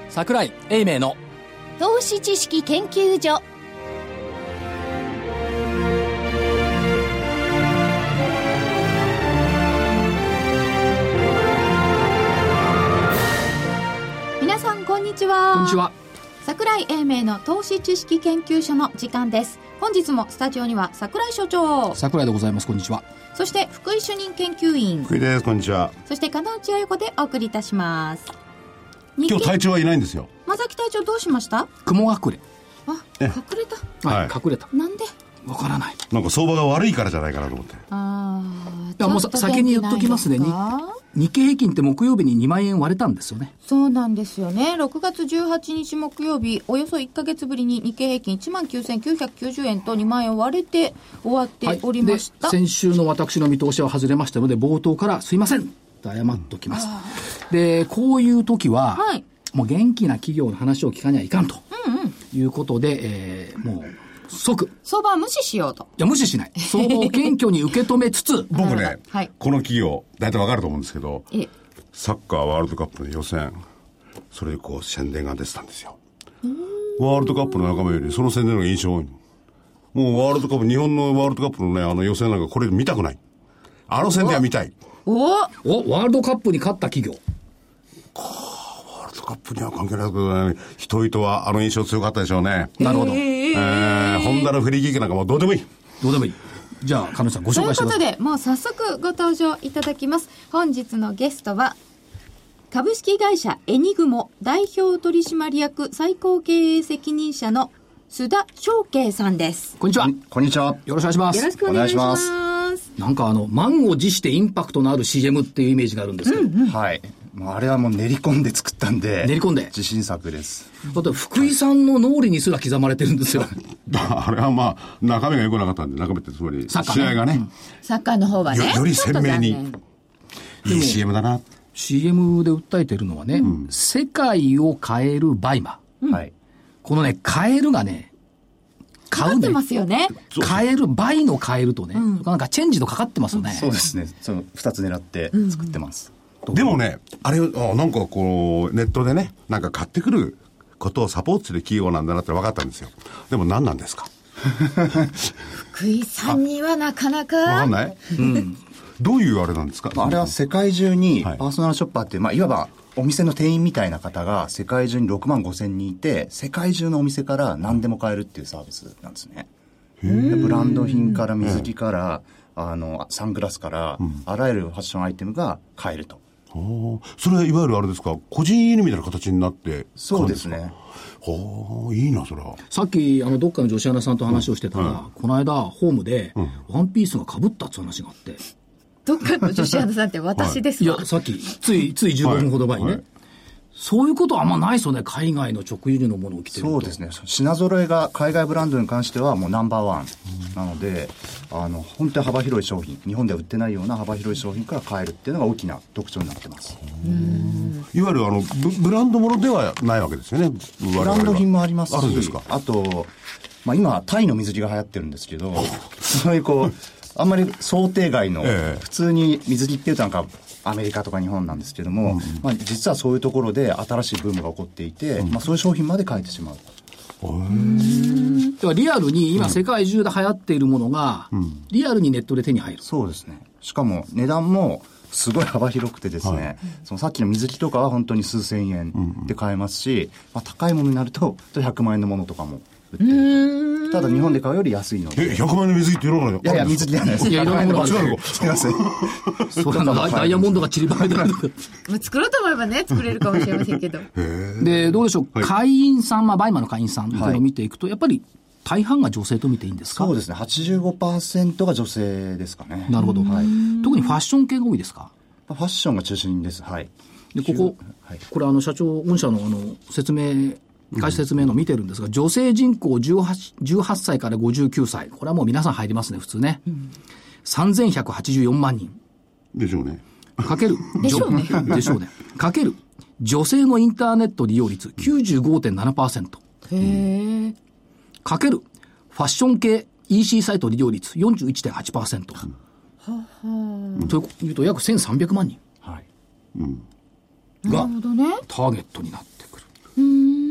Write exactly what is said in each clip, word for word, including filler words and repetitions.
櫻井英明の投資知識研究所。皆さんこんにちは。 こんにちは。 櫻井英明の投資知識研究所の時間です。本日もスタジオには櫻井所長、 櫻井でございます。こんにちは。 そして福井主任研究員、 福井です。こんにちは。 そして金内彩子でお送りいたします。 今日隊長はいないんですよ。 正木隊長どうしました？ 雲隠れ。 あ、隠れた。 はい、 はい隠れた。 なんで？ わからない。 なんか相場が悪いからじゃないかなと思って。 あいやもう先に言っときますね。日経平均って木曜日ににまんえん割れたんですよね。 そうなんですよね。ろくがつじゅうはちにち木曜日、およそいっかげつぶりに日経平均 いちまんきゅうせんきゅうひゃくきゅうじゅうえんとにまんえん割れて終わっておりました、 はい、で先週の私の見通しは外れましたので、冒頭からすいませんと謝っておきます、うん、でこういう時は、はい、もう元気な企業の話を聞かにはいかんということで、うんうん、えー、もう即相場は無視しようと。 いや無視しない。相場を謙虚に受け止めつつ僕ね、はい、この企業大体わかると思うんですけど、サッカーワールドカップの予選、それでこう宣伝が出てたんですよ。ワールドカップの仲間よりその宣伝の方が印象多い。もうワールドカップ、日本のワールドカップのね、あの予選なんかこれ見たくない。あの宣伝は見たい。 おおワールドカップに勝った企業。 ワールドカップには関係ないけどね、人々はあの印象強かったでしょうね。 なるほど。 えー、ホンダのフリーキックなんかもうどうでもいい。 どうでもいい。じゃあ、彼女さんご紹介してください。 ということで、もう早速ご登場いただきます。本日のゲストは、株式会社エニグモ代表取締役最高経営責任者の須田翔慶さんです。 こんにちは。 こんにちは。 よろしくお願いします。 よろしくお願いします。 なんかあの、満を持してインパクトのある シーエム っていうイメージがあるんですけど。うんうん、 はい。あれはもう練り込んで作ったんで。 練り込んで。 自信作です。 だって福井さんの脳裏にすら刻まれてるんですよ。 あれはまあ、中身が良くなかったんで、中身ってつまり、 サッカーね、 試合がね、うん。 サッカーの方はね。 よ, より鮮明に。いい シーエム だな。 シーエム で訴えてるのはね、うん、世界を変えるバイマ。 うん、はい。 このね、変えるがね、 買うね。かかってますよね。 変える、倍の変えるとね、うん、なんかチェンジとかかってますよね。 そうですね。その二つ狙って作ってます。 うん、でもね、あれ、あなんかこう、ネットでね、なんか買ってくることをサポートする企業なんだなって分かったんですよ。でも何なんですか？ 福井さんにはなかなか。分かんない？うん。どういうあれなんですか？ あれは世界中にパーソナルショッパーっていう、まあ、いわばお店の店員みたいな方が世界中にろくまんごせんにんいて、世界中のお店から何でも買えるっていうサービスなんですね。ブランド品から水着から、あの、サングラスから、うん、あらゆるファッションアイテムが買えると。 それはいわゆるあれですか、個人家みたいな形になってそうですね。 はあ、いいなそれは。 さっきあのどっかの女子アナさんと話をしてたら、うん、この間ホームで、うん、ワンピースが被ったって話があって、 どっかの女子アナさんって私ですか？ はい、いやさっきついついじゅうごふんほど前にね、はいはい、そういうことはあんまないですよね。海外の直輸入のものを着てると。 そうですね。品揃えが海外ブランドに関してはもうナンバーワンなので、うん、あの本当に幅広い商品、日本では売ってないような幅広い商品から買えるっていうのが大きな特徴になってます。 うん、いわゆるあの ブ, ブランドものではないわけですよね。 ブランド品もありますし、 あるんですか？ あと、まあ、今タイの水着が流行ってるんですけど、そういうこうあんまり想定外の、ええ、普通に水着っていうとなんかアメリカとか日本なんですけども、うんまあ、実はそういうところで新しいブームが起こっていて、うんまあ、そういう商品まで変えてしまう。 うーんだからリアルに今世界中で流行っているものが、うん、リアルにネットで手に入る。 そうですね。しかも値段もすごい幅広くてですね、はい、そのさっきの水着とかは本当に数千円で買えますし、うんうんまあ、高いものになるとひゃくまんえんのものとかも売ってる。ただ日本で買うより安いので。 え、ひゃくまん円の水着っていろんなの？ いやいや、水着じゃないです。 いや、いろんなものがすみません。 そうなの、ダイヤモンドが散りばめてある。 作ろうと思えばね、作れるかもしれませんけど。 で、どうでしょう、はい、会員さん、まあ、バイマの会員さんというのを見ていくと、やっぱり大半が女性と見ていいんですか？ そうですね。はちじゅうごパーセント が女性ですかね。 なるほど。はい、特にファッション系が多いですか？ ファッションが中心です。はい。 で、ここ、はい、これあの、社長、御社のあの、説明、会社説明の見てるんですが、女性人口じゅうはち、じゅうはっさいからごじゅうきゅうさい。これはもう皆さん入りますね、普通ね。うん、さんぜんひゃくはちじゅうよんまんにん。 でしょうね。 かける。 でしょうね。 でしょうね。かける。女性のインターネット利用率 きゅうじゅうごてんななパーセント。 へー。 かける。ファッション系 イーシー サイト利用率 よんじゅういちてんはちパーセント。うん、ははというと約せんさんびゃくまんにん。 はい。 うん。 が、 なるほどね。 ターゲットになってくる。 うー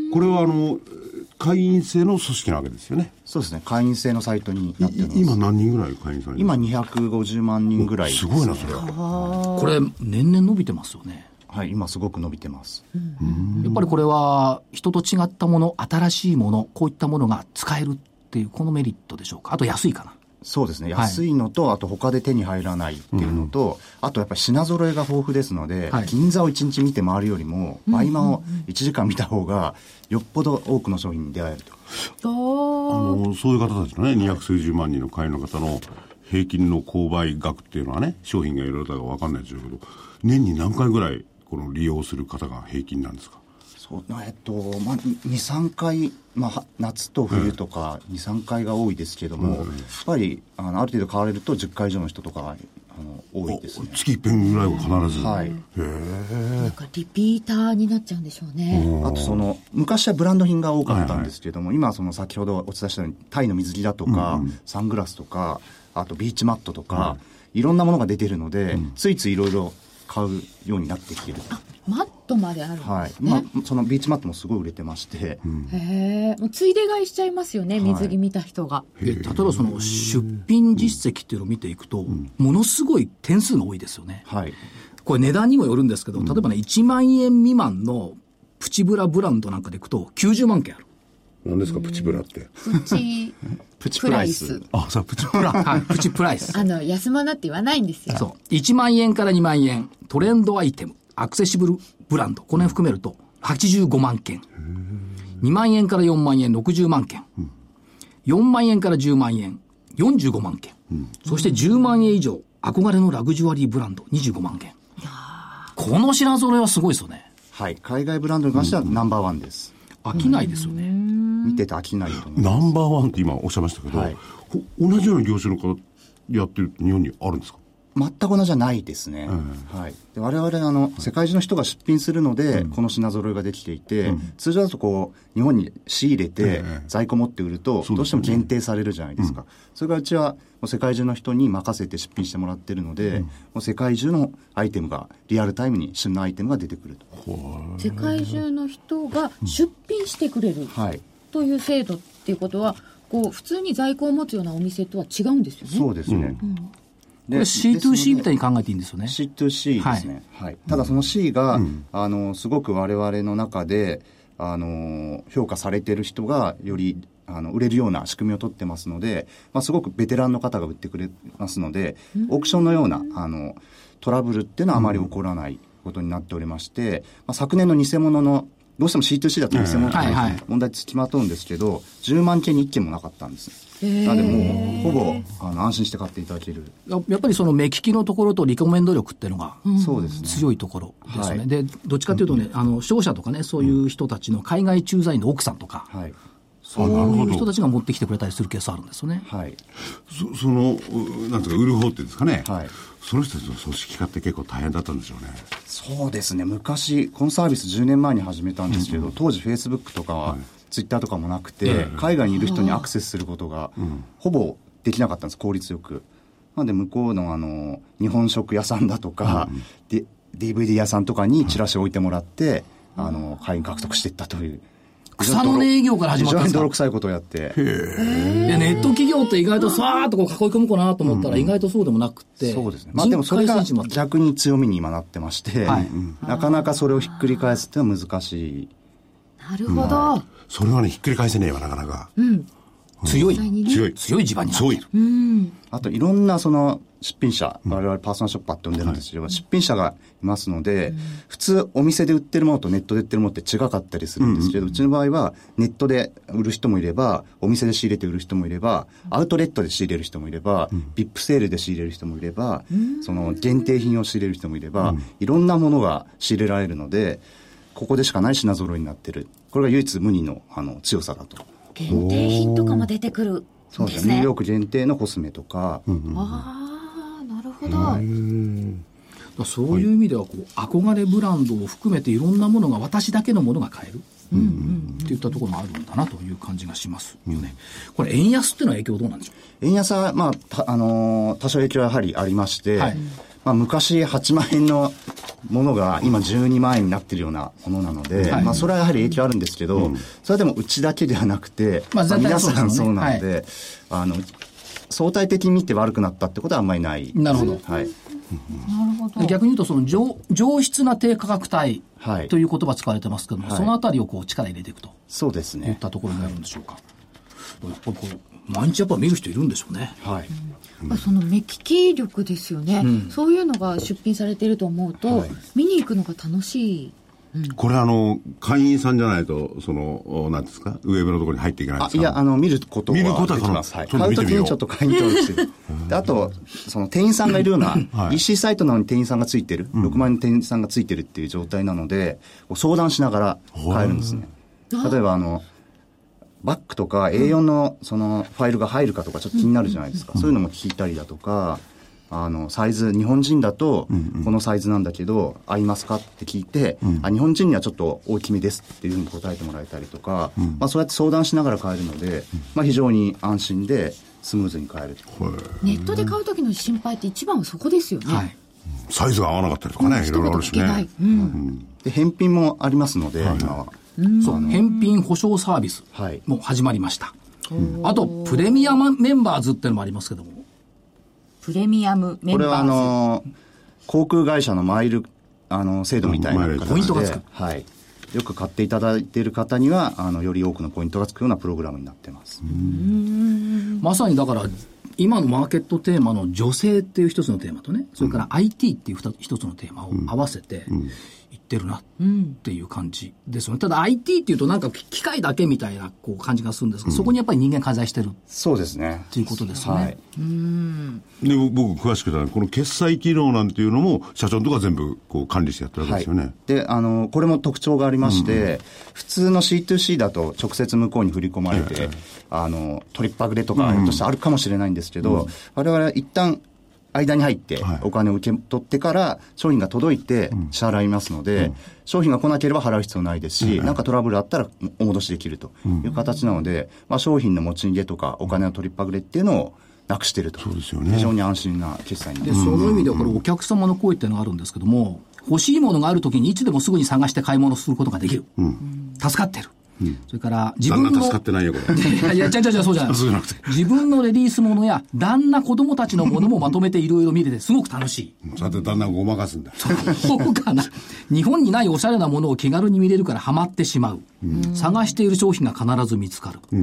これはあの会員制の組織なわけですよね。 そうですね。会員制のサイトになってます。 今何人ぐらい会員されてますか？ 今にひゃくごじゅうまんにんぐらいですね。 すごいなそれ。 これ年々伸びてますよね。 はい、今すごく伸びてます。 やっぱりこれは人と違ったもの、新しいもの、こういったものが使えるっていうこのメリットでしょうか。あと安いかな。 そうですね。安いのと、はい、あと他で手に入らないっていうのと、うん、あとやっぱり品揃えが豊富ですので、はい、銀座をいちにち見て回るよりも、合間をいちじかん見た方がよっぽど多くの商品に出会えると。 あのそういう方たちのね、にひゃくすうじゅうまんにんの会員の方の平均の購買額っていうのはね、商品がいろいろだか分かんないでしょうけど、年に何回ぐらいこの利用する方が平均なんですか？ そうえっとまあ、にさんかい、まあ、夏と冬とかにさんかいが多いですけども、うん、やっぱりあのある程度買われるとじゅっかい以上の人とかがあの多いですね。 月いっぺんぐらいは必ず、 はい、へえ。なんかリピーターになっちゃうんでしょうね。 あとその昔はブランド品が多かったんですけども、はいはい、今はその先ほどお伝えしたようにタイの水着だとか、うんうん、サングラスとかあとビーチマットとか、はい、いろんなものが出てるので、うん、ついついいろいろ買うようになってきてる。 マットまであるんですね。はい。まあ、 そのビーチマットもすごい売れてまして。 うん、へえ。もうついで買いしちゃいますよね、水着見た人が。 で、例えばその出品実績っていうのを見ていくと、うん、ものすごい点数が多いですよね。 はい。 これ値段にもよるんですけど、例えばね、いちまんえん未満のプチブラブランドなんかでいくときゅうじゅうまんけんある。 何ですか、プチブラって。 プチ、 プチプライス。 あ、そう、プチプラ。 はい、プチプライス。 あの、安物って言わないんですよ。 そう。いちまんえんからにまんえん、トレンドアイテム、アクセシブルブランド、この辺含めるとはちじゅうごまんけん。にまんえんからよんまんえん、ろくじゅうまんけん。うん、よんまんえんからじゅうまんえん、よんじゅうごまんけん。うん、そしてじゅうまんえん以上、憧れのラグジュアリーブランド、にじゅうごまんけん。この品揃えはすごいですよね。 はい。海外ブランドに関してはナンバーワンです。 飽きないですよね。 見てて飽きないと思います。 ナンバーワンって今おっしゃいましたけど、はい、同じような業種の方やってるって日本にあるんですか？ 全く同じじゃないですね。うん、はい。で我々あの世界中の人が出品するので、うん、この品揃えができていて、うん、通常だとこう日本に仕入れて在庫持って売ると、どうしても限定されるじゃないですか。うん、それからうちはもう世界中の人に任せて出品してもらってるので、うん、もう世界中のアイテムがリアルタイムに旬のアイテムが出てくると。 世界中の人が出品してくれる、うん、はい、という制度っていうことは、こう普通に在庫を持つようなお店とは違うんですよね。 そうですね。うんこれ シーツーシー みたいに考えていいんですよね。 シーツーシー ですね、はいはい、ただその C が、うん、あのすごく我々の中であの評価されてる人がよりあの売れるような仕組みを取ってますので、まあ、すごくベテランの方が売ってくれますので、うん、オークションのようなあのトラブルっていうのはあまり起こらないことになっておりまして、まあ、昨年の偽物のどうしても シーツーシー だと偽物という問題つきまとうんですけど、じゅうまんけんにいっけんもなかったんです。なのでもうほぼあの安心して買っていただける。 やっぱりその目利きのところとリコメンド力っていうのが強いところですよね。でどっちかというとね、あの商社とかね、そういう人たちの海外駐在員の奥さんとか、はい、そういう人たちが持ってきてくれたりするケースあるんですよね。 はい、そ, そのなんていうか売る方っていうんですかね、はい、その人たちの組織化って結構大変だったんでしょうね。 そうですね。昔このサービスじゅうねんまえに始めたんですけど、うん、当時フェイスブックとかは、はい、ツイッターとかもなくて、うん、海外にいる人にアクセスすることがほぼできなかったんです、効率よく。なので向こうのあの日本食屋さんだとか、うん、ディーブイディー 屋さんとかにチラシを置いてもらって、うん、あの会員獲得していったという。 草の根営業から始まったんですか？ 非常に泥臭いことをやって。 へでネット企業って意外とさーっとこう囲い込むかなと思ったら意外とそうでもなくて、 うんうん、そうですね。まあでもそれが逆に強みに今なってまして、はい、なかなかそれをひっくり返すっていうのは難しい。 なるほど、まあ、 それはねひっくり返せねえわなかなか、 うん、 強い、 うん、強い強い地盤になってる。 うん、 あといろんなその出品者、我々パーソナルショッパーって呼んでるんですけど、うん、出品者がいますので、うん、普通お店で売ってるものとネットで売ってるものって違かったりするんですけど、うんうん、うちの場合はネットで売る人もいれば、お店で仕入れて売る人もいれば、アウトレットで仕入れる人もいれば、うん、ビップ セールで仕入れる人もいれば、うん、その限定品を仕入れる人もいれば、うん、いろんなものが仕入れられるので、ここでしかない品揃えになってる。これが唯一無二の、あの強さだと。 限定品とかも出てくるんですね。 そうですね。ニューヨーク限定のコスメとか、 うんうん、ああ、なるほど。うんそういう意味ではこう憧れブランドを含めていろんなものが私だけのものが買える、うんうん、っていったところがあるんだなという感じがしますよね。これ円安っていうのは影響どうなんでしょう？ 円安は、まあたあのー、多少影響はやはりありまして、はい、まあ、昔はちまんえんのものが今じゅうにまんえんになっているようなものなので、はい、まあ、それはやはり影響あるんですけど、うん、それでもうちだけではなくて、まあまあ、皆さんそうなので、はい、あの相対的に見て悪くなったってことはあんまりない。 なるほど、 はい、 なるほど。 逆に言うとその 上, 上質な低価格帯という言葉使われてますけども、はい、そのあたりをこう力入れていくと、 そうですね、 いったところになるんでしょうか。やっぱりこう毎日やっぱ見る人いるんでしょうね。 はい、 うん、その目利き力ですよね、うん、そういうのが出品されていると思うと、はい、見に行くのが楽しい。 うん、これあの会員さんじゃないとその何ですかウェブのところに入っていけないんですか。 あ、いや、あの見ることは見ることはできます。はい、買うときにちょっと会員登録してるで、あとその店員さんがいるような、はい、イーシー サイトなのに店員さんがついてる、うん、ろくまんえんの店員さんがついてるっていう状態なので相談しながら買えるんですね。例えばあのバックとか エーよん のそのファイルが入るかとかちょっと気になるじゃないですか、うん、そういうのも聞いたりだとか、あのサイズ日本人だとこのサイズなんだけど合いますかって聞いて、うん、あ日本人にはちょっと大きめですっていうふうに答えてもらえたりとか、うん、まあ、そうやって相談しながら買えるので、まあ、非常に安心でスムーズに買える。 ネットで買う時の心配って一番はそこですよね、はい、 サイズが合わなかったりとかね、うん、いろいろあるしね、 うんうん、 で返品もありますので、はい、今はそう返品保証サービスも始まりました、はい、あとプレミアムメンバーズっていうのもありますけども、 プレミアムメンバーズ、これはあの航空会社のマイルあの制度みたいな形で、 ポイントがつく、 はい、よく買っていただいている方にはあのより多くのポイントがつくようなプログラムになってます。 うーん、まさにだから今のマーケットテーマの女性っていう一つのテーマとね、それから アイティー っていう一つのテーマを合わせて、うんうん言ってるなっていう感じですよね。ただ アイティー っていうとなんか機械だけみたいなこう感じがするんですけど、うん、そこにやっぱり人間介在してる。 そうですね。 っていうことですよね。はい、 うん。 で僕詳しく言ったらこの決済機能なんていうのも社長のところが全部こう管理してやってるわけですよね。はい、 であのこれも特徴がありまして、うんうん、普通の シーツーシー だと直接向こうに振り込まれて、ええ、あのトリップアグレとかひょっとしたらあるかもしれないんですけど、うん、我々は一旦間に入ってお金を受け取ってから商品が届いて支払いますので、うん、商品が来なければ払う必要ないですし、うん、なんかトラブルあったらお戻しできるという形なので、まあ、商品の持ち逃げとかお金の取りっぱぐれっていうのをなくしていると。 そうですよね。 非常に安心な決済になります。 でその意味ではこれお客様の声っていうのがあるんですけども、欲しいものがあるときにいつでもすぐに探して買い物することができる、うん、助かってる。うん、それから自分の旦那助かってないよこれいやいや違う違うそうじゃないそうじゃなくて自分のレディースものや旦那子供たちのものもまとめていろいろ見れてすごく楽しい。 そうやって旦那をごまかすんだ。 そうかな。日本にないおしゃれなものを気軽に見れるからハマってしまう、うん、探している商品が必ず見つかる、うん、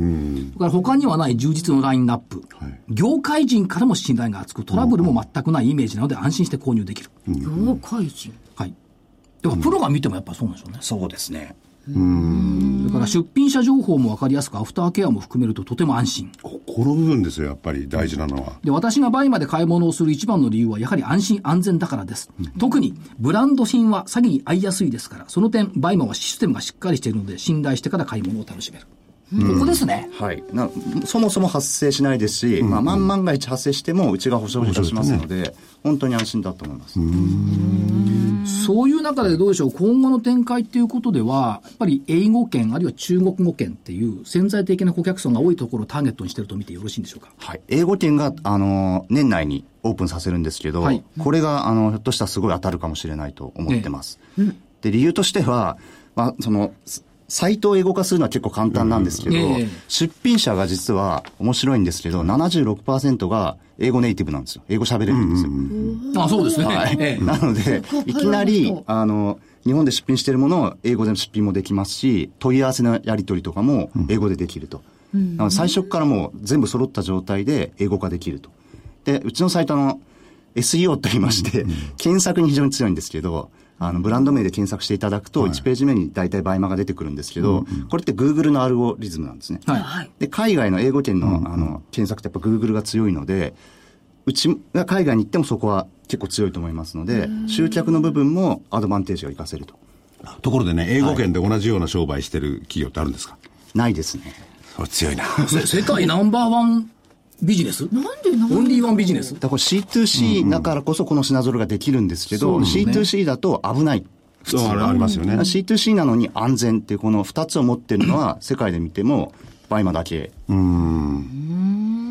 それから他にはない充実のラインナップ、はい、業界人からも信頼が厚くトラブルも全くないイメージなので安心して購入できる、 うん、業界人、 はい、でもプロが見てもやっぱそうなんでしょうね。 そうですね。 うーん、それから出品者情報も分かりやすくアフターケアも含めるととても安心。 この部分ですよやっぱり大事なのは。 で私がバイまで買い物をする一番の理由はやはり安心安全だからです、うん、特にブランド品は詐欺に遭いやすいですから、その点バイマはシステムがしっかりしているので信頼してから買い物を楽しめる、うん、ここですね、 はい、なそもそも発生しないですし、うんうん、まあ、万万が一発生してもうちが保証いたしますので、ね、本当に安心だと思います。うーん、そういう中でどうでしょう、今後の展開っていうことではやっぱり英語圏あるいは中国語圏っていう潜在的な顧客層が多いところをターゲットにしていると見てよろしいんでしょうか。 はい、英語圏があの年内にオープンさせるんですけど、はい、これがあのひょっとしたらすごい当たるかもしれないと思ってます、ね、うん、で理由としては、まあ、そのサイトを英語化するのは結構簡単なんですけど、うんえー、出品者が実は面白いんですけど ななじゅうろくパーセント が英語ネイティブなんですよ。英語喋れるんですよ、 うんうん、あそうですね、 はい、えー、なのでいきなりあの日本で出品しているものを英語で出品もできますし、問い合わせのやり取りとかも英語でできると、うん、なので最初からもう全部揃った状態で英語化できると。でうちのサイトの エスイーオー と言いまして、うん、検索に非常に強いんですけど、あのブランド名で検索していただくといちページ目に大体バイマが出てくるんですけど、はい、これって Google のアルゴリズムなんですね、はい、で海外の英語圏 の,、うん、あの検索ってやっぱ Google が強いので、うちが海外に行ってもそこは結構強いと思いますので、集客の部分もアドバンテージが活かせると。 ところでね、英語圏で同じような商売してる企業ってあるんですか。はい、 ないですね。 それ強いな。 世界ナンバーワンビジネス、 なんでなんでオンリーワンビジネスだから シーツーシー だからこそこの品揃えができるんですけど、うんうん、シーツーシー だと危ない、 普通はありますよね。 シーツーシー なのに安全っていうこのふたつを持ってるのは世界で見てもバイマだけ。うーん、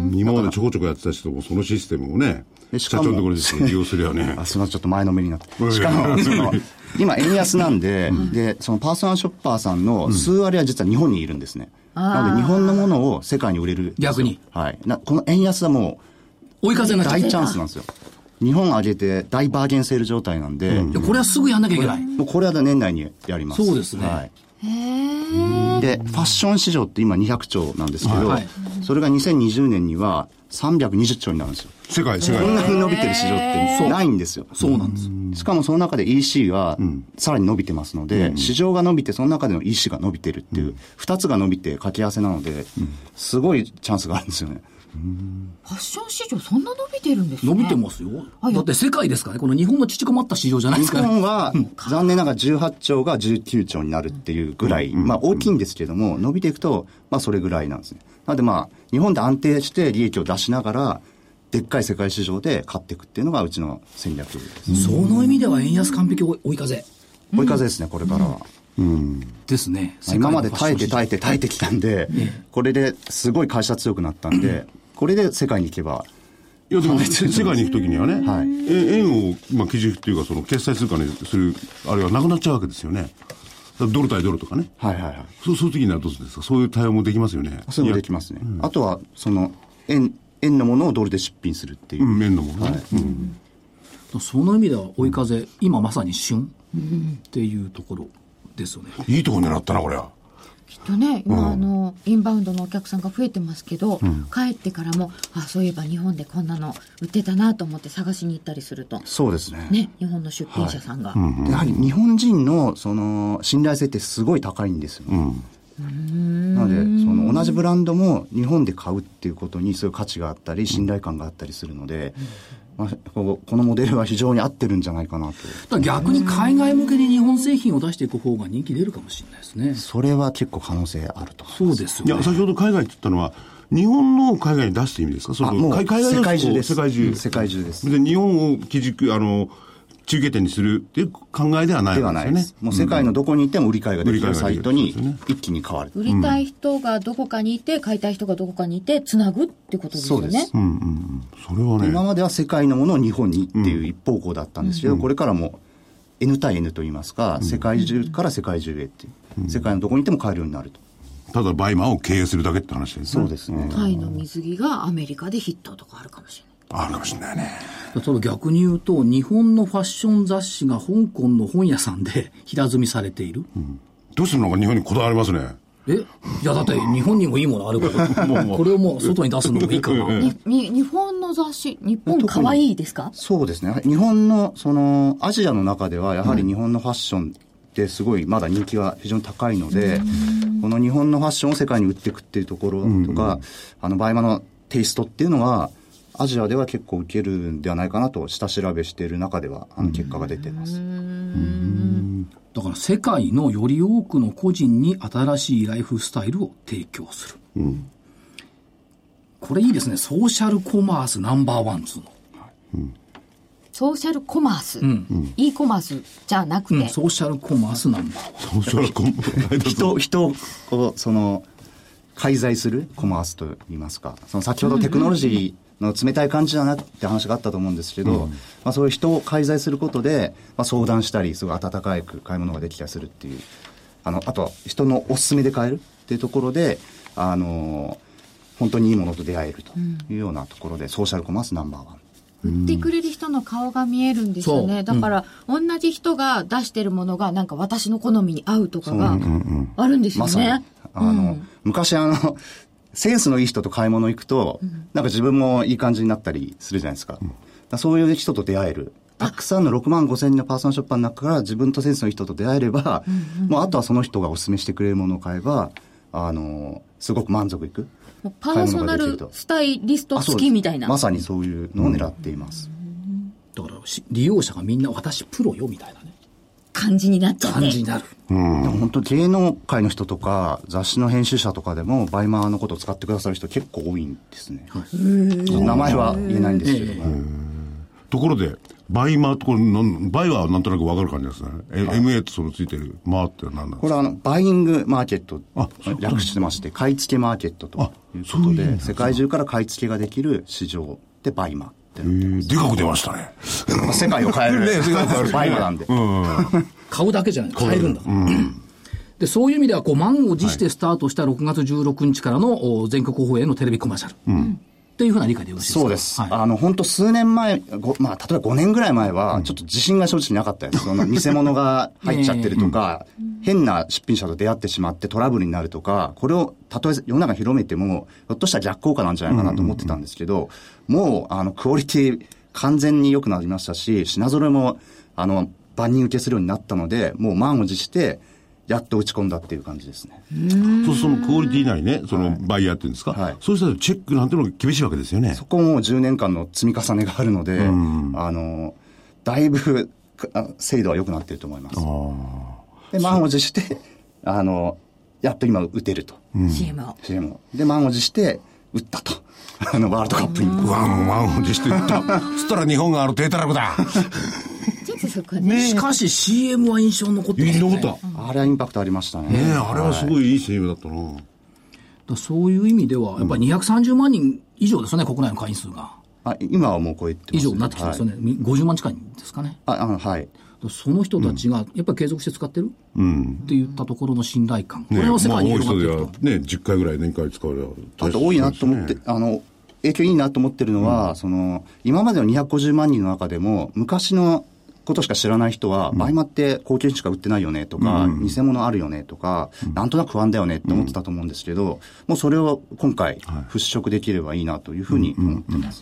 今までちょこちょこやってた人もそのシステムをね、社長のところで利用するよね。 あ、すみません、ちょっと前のめりになって。しかも、その、今円安なんで、うん、で、そのパーソナルショッパーさんの数割は実は日本にいるんですね。うん、なので日本のものを世界に売れる。 逆に。 はい。なこの円安はもう、 追い風になっちゃう。 大チャンスなんですよ。日本上げて大バーゲンセール状態なんで。うん、 いやこれはすぐやんなきゃいけない。 もうこれは年内にやります。 そうですね。はい。 へで、ファッション市場って今にひゃくちょうなんですけど、はい、それがにせんにじゅうねんにはさんびゃくにじゅっちょうになるんですよ。 世界、世界。 こんなに伸びてる市場ってないんですよ。 そう、そうなんです。 しかもその中で イーシー はさらに伸びてますので、うん、市場が伸びてその中での イーシー が伸びてるっていう、ふたつが伸びて掛け合わせなので、すごいチャンスがあるんですよね。 ファッション市場そんな伸びてるんですね。 伸びてますよ。だって世界ですからね。この日本の縮こまった市場じゃないですか、ね。 日本は残念ながらじゅうはちちょうがじゅうきゅうちょうになるっていうぐらい、まあ大きいんですけども、伸びていくと、まあそれぐらいなんですね。なのでまあ、日本で安定して利益を出しながら、でっかい世界市場で買っていくっていうのがうちの戦略です。 その意味では円安完璧追い風。 追い風ですね、これからは。 うん、ですね。 今まで耐えて耐えて耐えてきたんで、これですごい会社強くなったんで、これで世界に行けば。 いやでも世界に行くときにはね、はい、円を、まあ、基軸というかその決済通貨にするあれはなくなっちゃうわけですよね。ドル対ドルとかね。 はいはいはい。 そうそういうときにはどうするんですか。そういう対応もできますよね。 そういうのもできますね。うん、あとはその円円のものをドルで出品するっていう。 うん、円のものね。はい、 うん、その意味では追い風、うん、今まさに旬っていうところですよね。 いいところ狙ったなこれは。 きっとね、今、うん、あのインバウンドのお客さんが増えてますけど、うん、帰ってからもあそういえば日本でこんなの売ってたなと思って探しに行ったりすると。 そうですね。 ね、日本の出品者さんが、 はいうんうん、やはり日本人のその信頼性ってすごい高いんですよ、ね。うんなのでその同じブランドも日本で買うっていうことにそういう価値があったり信頼感があったりするので、うんまあ、このモデルは非常に合ってるんじゃないかなと。 だ逆に海外向けに日本製品を出していく方が人気出るかもしれないですね。 それは結構可能性あると思います。 そうですよね。 いや先ほど海外って言ったのは日本の海外に出すという意味ですか。それもう海外世界中です。 世界中、 うん、世界中です。 で日本を基軸あの中継点にするっていう考えではないわけですよね。ではないです。 もう世界のどこにいても売り買いができるサイトに一気に変わる。 売りたい人がどこかにいて、買いたい人がどこかにいて、つなぐってことですよね。そうです。 うんうんうん。それはね。 今までは世界のものを日本にっていう一方向だったんですけど、うん、これからも N 対 N といいますか、うん、世界中から世界中へっていう、うん、世界のどこにいても買えるようになると。 ただバイマーを経営するだけって話ですね。 そうですね。 タイの水着がアメリカでヒットとかあるかもしれない。 あるかもしれないね。 ただ逆に言うと日本のファッション雑誌が香港の本屋さんで平積みされている、うん、 どうしてもなんか日本にこだわりますね。 えいやだって日本にもいいものあるからもうこれをもう外に出すのもいいかなにに日本の雑誌日本かわいいですか。 そうですね。日本のそのアジアの中ではやはり日本のファッションってすごいまだ人気が非常に高いので、うん、この日本のファッションを世界に売っていくっていうところとか、うん、あのバイマのテイストっていうのはアジアでは結構受けるんではないかなと下調べしている中ではあの結果が出ています。 うんだから世界のより多くの個人に新しいライフスタイルを提供する、うん、これいいですね。ソーシャルコマースナンバーワンツーの、うん、 ソーシャルコマース、うん、e コマースじゃなくて、うん、 ソーシャルコマースナンバーワン。 ソーシャルコマース人人をその介在するコマースといいますか、その先ほどテクノロジーの冷たい感じだなって話があったと思うんですけど、うんまあ、そういう人を介在することで、まあ、相談したりすごい温かく買い物ができたりするっていう、あのあとは人のおすすめで買えるっていうところで、あのー、本当にいいものと出会えるというようなところで、うん、ソーシャルコマースナンバーワン。 売ってくれる人の顔が見えるんですよね。だから、うん、同じ人が出してるものがなんか私の好みに合うとかがあるんですよね。まさにあの、うん、昔あのセンスのいい人と買い物行くと、うん、なんか自分もいい感じになったりするじゃないですか。うん、だそういう人と出会える。たくさんのろくまんごせんにんのパーソナルショッパーの中から自分とセンスのいい人と出会えれば、うんうん、もうあとはその人がお勧めしてくれるものを買えば、あのすごく満足いく。 パーソナルスタイリスト付きみたいな。 まさにそういうのを狙っています。 うん、だから利用者がみんな私プロよみたいなね。 感じになっちゃって。 感じになる。 うん、でも本当芸能界の人とか雑誌の編集者とかでもバイマーのことを使ってくださる人結構多いんですね。はい、名前は言えないんですけども。 ところでバイマーってこれなんバイはなんとなく分かる感じですね。エムエー とそのついてるマーって何なんですか？ これはあのバイイングマーケット略してまして、買い付けマーケットということで、世界中から買い付けができる市場でバイマーってでかく出ましたね。 世界を変える、ね、世界を変えるバイマーなんで、うんうん、買うだけじゃない、買えるんだ、うん、でそういう意味ではこう満を持してスタートしたろくがつじゅうろくにちからの全国放映のテレビコマーシャル、うんというふうな理解でよろしいですか？ そうです。はい、あの、本当数年前、まあ、例えばごねんぐらい前は、ちょっと自信が正直なかったです。その偽物が入っちゃってるとか、変な出品者と出会ってしまってトラブルになるとか、これを、たとえ世の中広めても、ひょっとしたら逆効果なんじゃないかなと思ってたんですけど、もう、あの、クオリティ完全に良くなりましたし、品揃えも、あの、万人受けするようになったので、もう満を持して、やっと打ち込んだっていう感じですね。 そうそのクオリティ内ね、そのバイヤーっていうんですか、はい、そうしたらチェックなんていうのが厳しいわけですよね。 そこもじゅうねんかんの積み重ねがあるので、あのだいぶ精度は良くなっていると思います。で満を持してあのやっと今打てると、 うん、シーエム をシーエム をで満を持して打ったとあのワールドカップにワンワンを持して打ったそしたら日本があの低たらくだね、しかし シーエム は印象に残ってますね。 残った。 あれはインパクトありましたね。 ねえ、あれはすごいいい シーエム だったな。 だそういう意味ではやっぱりにひゃくさんじゅうまんにん以上ですよね、国内の会員数が。 あ今はもう超えてます、ね、 以上になってきてますよね、はい、ごじゅうまん近いんですかね。 ああはいその人たちがやっぱり継続して使ってる、うん、っていったところの信頼感、これを世界に広がっていくと、 まあ、多い人ではねじゅっかいぐらい年間使うよ。 あと多いなと思って、ね、あの影響いいなと思ってるのは、うん、その今までのにひゃくごじゅうまんにんの中でも昔のことしか知らない人は、バイマって高級品しか売ってないよねとか、うん、偽物あるよねとか、うん、なんとなく不安だよねって思ってたと思うんですけど、うん、もうそれを今回払拭できればいいなというふうに思ってます。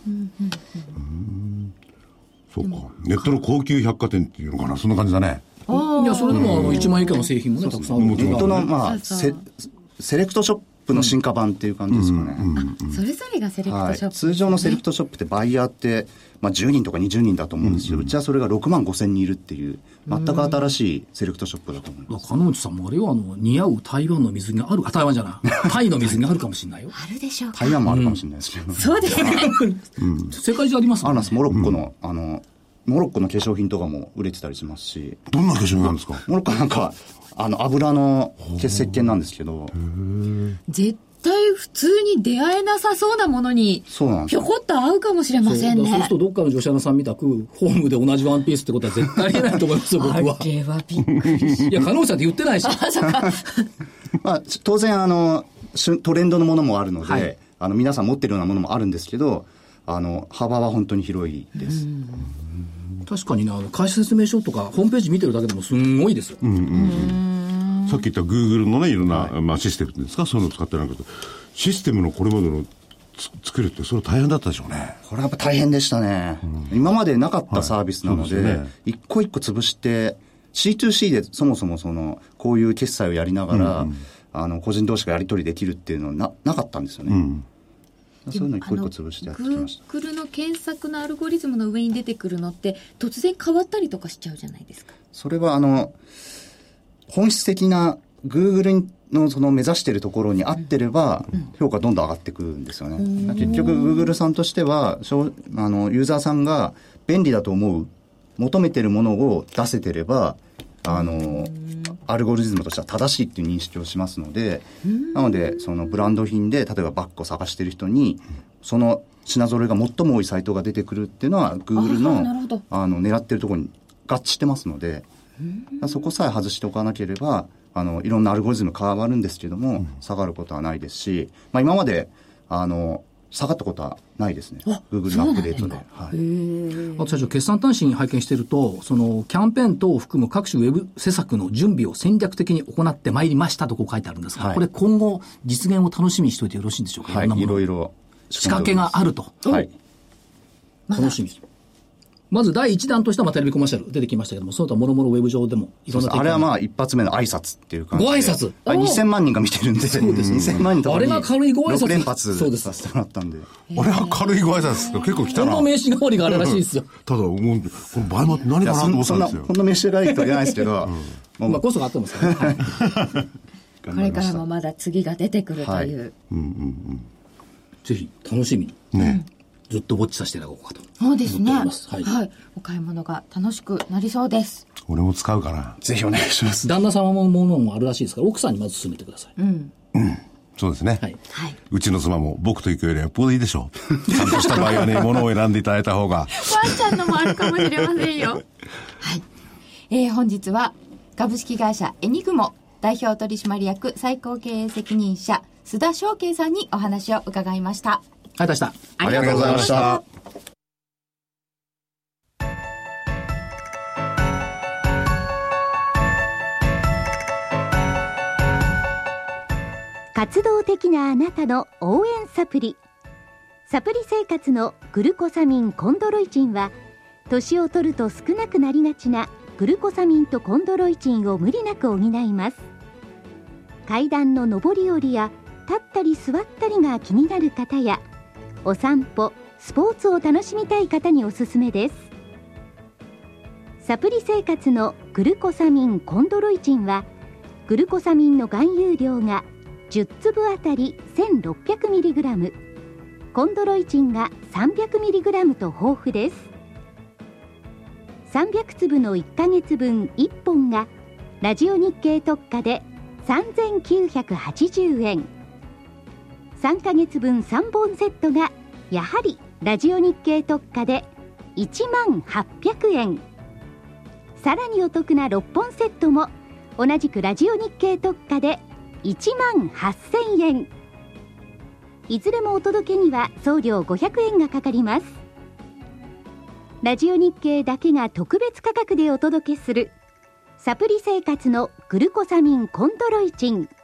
そうか。ネットの高級百貨店っていうのかな、そんな感じだね。 いや、それでもあのいちまんえん以下の製品もね、たくさんある。 ネットの、まあ、セ、セレクトショップの進化版っていう感じですかね。 うんうんうん、あ、それぞれがセレクトショップ、ね、はい、 通常のセレクトショップってバイヤーって、まあ、じゅうにんとかにじゅうにんだと思うんですけど、うんうん、うちはそれがろくまんごせんにんいるっていう全く新しいセレクトショップだと思います。 金内さんもあれはあの似合う台湾の水着がある、あ、台湾じゃないタイの水着があるかもしれないよ。 あるでしょうか。 台湾もあるかもしれないですけど、うん、 そうですね、 うん、世界中ありますもんね。 あります。モロッコの、うん、あのモロッコの化粧品とかも売れてたりしますし。 どんな化粧品なんですか？ モロッコなんかあの油の結石鹸なんですけど、 絶対普通に出会えなさそうなものにひょこっと合うかもしれませんね。 そう、そうするとどっかの女子アナさんみたくホームで同じワンピースってことは絶対ありえないと思いますよ僕は。 あれはびっくりしいや、金内さんって言ってないし。あ、そっか。 まあ、当然あのトレンドのものもあるので、はい、あの皆さん持ってるようなものもあるんですけど、あの幅は本当に広いです。 確かにね、あの会社説明書とかホームページ見てるだけでもすんごいですよ。うんうんうん、さっき言った Google のね、いろんな、はい、まあ、システムですか、そういうのを使ってないけど、システムのこれまでの作るってそれは大変だったでしょうね。 これはやっぱ大変でしたね、うん、今までなかったサービスなので、はい、ね、一個一個潰して シーツーシー でそもそもそのこういう決済をやりながら、うんうん、あの個人同士がやり取りできるっていうのは な, なかったんですよね、うん、そういうの一個一個潰してやってきました。 Google の検索のアルゴリズムの上に出てくるのって突然変わったりとかしちゃうじゃないですか。 それはあの本質的な Google のその目指しているところに合ってれば評価どんどん上がってくるんですよね、うん、結局 Google さんとしてはあのユーザーさんが便利だと思う求めているものを出せてればあのアルゴリズムとしては正しいっていう認識をしますので、なのでそのブランド品で例えばバッグを探している人にその品揃えが最も多いサイトが出てくるっていうのは Google の、あの狙っているところに合致してますので、そこさえ外しておかなければあのいろんなアルゴリズム変わるんですけども、うん、下がることはないですし、まあ、今まであの下がったことはないですね。 Google のアップデートで、はい、 あと最初決算短信拝見していると、そのキャンペーン等を含む各種ウェブ施策の準備を戦略的に行ってまいりましたとこう書いてあるんですが、はい、これ今後実現を楽しみにしておいてよろしいんでしょうか。 はい、いろいろ仕掛けがあると、 はい、 楽しみです。まず第一弾としてはテレビコマーシャル出てきましたけども、その他もろもろウェブ上でもいろんな、 あれはまあ一発目の挨拶っていう感じで、 ご挨拶にせんまんにんが見てるんで、そうです、ね、にせんまんにんとかにあれが軽いご挨拶ろく連発させてもらったんで、 あれは軽いご挨拶結構来たな。 本の名刺代わりがあるらしいですよ。 ただもうこのバイマって何かなと思ったんですよ。 本の名刺がいいとは言わないですけど、 うん、まあコストがあってますからね、はい、 これからもまだ次が出てくるという、はい、うんうんうん、 ぜひ楽しみに、 ね、 ずっとぼっちさせていただこうかと。 そうですね。はい、 はい。 お買い物が楽しくなりそうです。 俺も使うかな。 ぜひお願いします。 旦那様もものもあるらしいですから、奥さんにまず勧めてください。 うん。うん。そうですね。はい。うちの妻も僕と行くよりはよっぽどいいでしょう。ちゃんとした場合はね、物を選んでいただいた方が。 ワンちゃんのもあるかもしれませんよ。はい。えー、本日は株式会社エニグモ代表取締役最高経営責任者須田翔慶さんにお話を伺いました。 ありがとうございました。 ありがとうございました。 活動的なあなたの応援サプリ。サプリ生活のグルコサミンコンドロイチンは、年を取ると少なくなりがちなグルコサミンとコンドロイチンを無理なく補います。階段の上り下りや立ったり座ったりが気になる方や、お散歩、スポーツを楽しみたい方におすすめです。サプリ生活のグルコサミンコンドロイチンは、グルコサミンの含有量がじゅっつぶあたり せんろっぴゃくミリグラム、 コンドロイチンが さんびゃくミリグラム と豊富です。さんびゃくつぶのいっかげつぶんいっぽんがラジオ日経特価でさんぜんきゅうひゃくはちじゅうえん、さんかげつぶんさんぼんセットがやはりラジオ日経特価でいちまんはっぴゃくえん、さらにお得なろっぽんセットも同じくラジオ日経特価でいちまんはっせんえん。いずれもお届けには送料ごひゃくえんがかかります。ラジオ日経だけが特別価格でお届けするサプリ生活のグルコサミンコンドロイチン。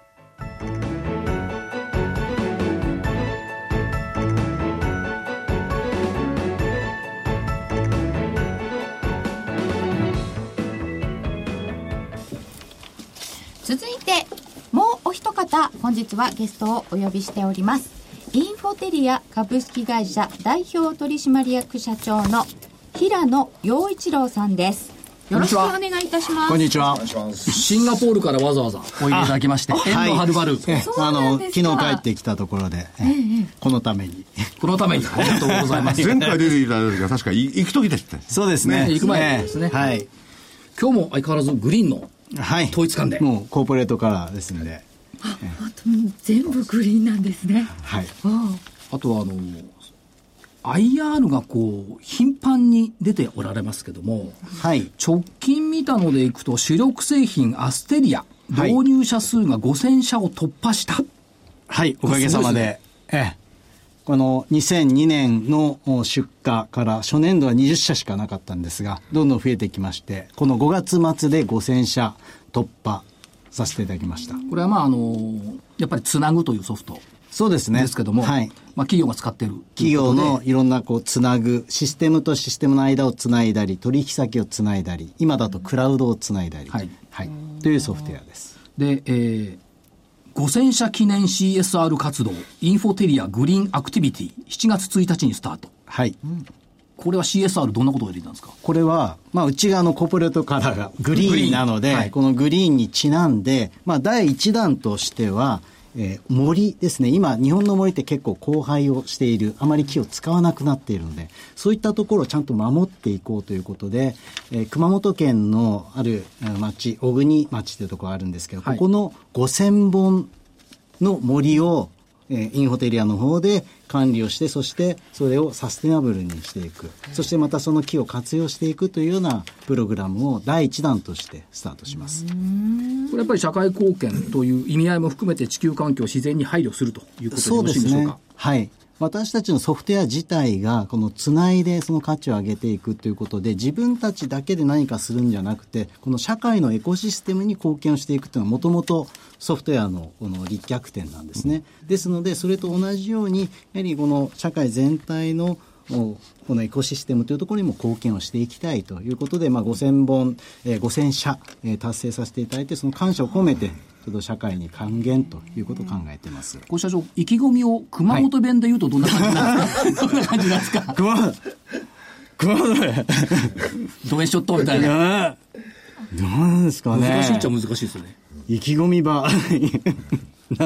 続いてもうお一方、本日はゲストをお呼びしております。インフォテリア株式会社代表取締役社長の平野陽一郎さんです。よろしくお願いいたします。 こんにちは。 シンガポールからわざわざおいでいただきまして、遠路はるばる、 あの昨日帰ってきたところで、ええ、このためにこのためにありがとうございます。 前回出ていただいた時は確か行く時でした。 そうですね。 ね、行く前ですね。 はい。 今日も相変わらずグリーンの統一感で、 はい、もうコーポレートカラーですので、 あ、ええ、全部グリーンなんですね。 はい。 あとはあの アイアール がこう頻繁に出ておられますけども、 はい、 直近見たのでいくと主力製品アステリア導入者数がごせんしゃを突破した。 はい、おかげさまで、でええ、このにせんにねんの出荷から初年度はにじゅっしゃしかなかったんですが、どんどん増えてきまして、このごがつ末でごせんしゃ突破させていただきました。 これはまああのやっぱりつなぐというソフトそうですね。 ですけども、 はい、 まあ、企業が使っている企業のいろんなこうつなぐシステムとシステムの間をつないだり、取引先をつないだり、今だとクラウドをつないだり、はいはい、というソフトウェアです。 で、えー、ごせんしゃ記念 シーエスアール 活動インフォテリアグリーンアクティビティしちがつついたちにスタート。 はい、うん、 これは シーエスアール どんなことをやりたんですか？ これは、まあ、内側のコーポレートカラーがグリーンなので、はい、このグリーンにちなんで、まあ、だいいちだんとしてはえー、森ですね。今日本の森って結構荒廃をしている、あまり木を使わなくなっているので、そういったところをちゃんと守っていこうということで、えー、熊本県のある町、小国町というところがあるんですけど、はい、ここのごせんぼんの森を、えー、インフォテリアの方で管理をして、そしてそれをサステナブルにしていく、そしてまたその木を活用していくというようなプログラムをだいいちだんとしてスタートします。 これやっぱり社会貢献という意味合いも含めて地球環境自然に配慮するということでよろしいんでしょうか？そうですね。 はい。私たちのソフトウェア自体がこのつないでその価値を上げていくということで、自分たちだけで何かするんじゃなくて、この社会のエコシステムに貢献をしていくというのはもともとソフトウェアのこの立脚点なんですね。ですのでそれと同じようにやはりこの社会全体のこのエコシステムというところにも貢献をしていきたいということで、まあ、ごせんぼん、えー、ごせんしゃ、えー、達成させていただいて、その感謝を込めてちょっと社会に還元ということを考えています。 ご社長、意気込みを熊本弁で言うとどんな感じなんですか？はい、どんな感じなんですか？ 熊本熊本でドエショットみたいな。 どうなんですかね。 難しいっちゃ難しいですよね。 意気込みばなん意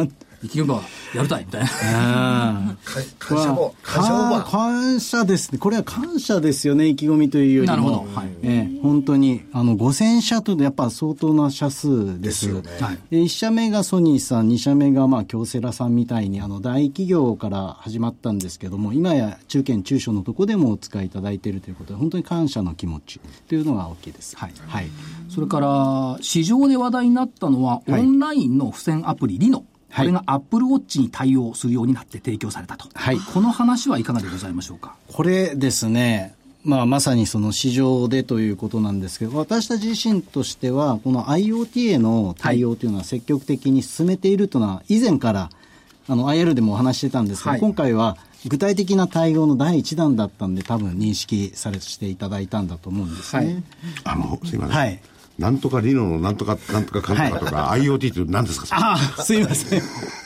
意気込みはやるたいみたいな。 感謝も感謝も感謝ですね。これは感謝ですよね。意気込みというよりも。 なるほど。はい。 えー、本当にあのごせんしゃとやっぱ相当な社数です。ですよね。はい、いち社目がソニーさん、に社目がまあ京セラさんみたいにあの大企業から始まったんですけども、今や中堅中小のところでもお使いいただいているということで、本当に感謝の気持ちというのが大きいです。 はい。はい。それから市場で話題になったのは、はい、オンラインの付箋アプリリノ。これがアップルウォッチに対応するようになって提供されたと。はい。この話はいかがでございましょうか。 これですね。まあ、まさにその市場でということなんですけど、私たち自身としてはこの IoT への対応というのは積極的に進めているというのは以前からあの アイアール でもお話してたんですが、はい、今回は具体的な対応の第一弾だったんで多分認識されていただいたんだと思うんですね。 はい、あのすいません、はい、なんとかリノのなんとかなんとかかんとかとか、はい、IoT って何ですか。 ああ、すいません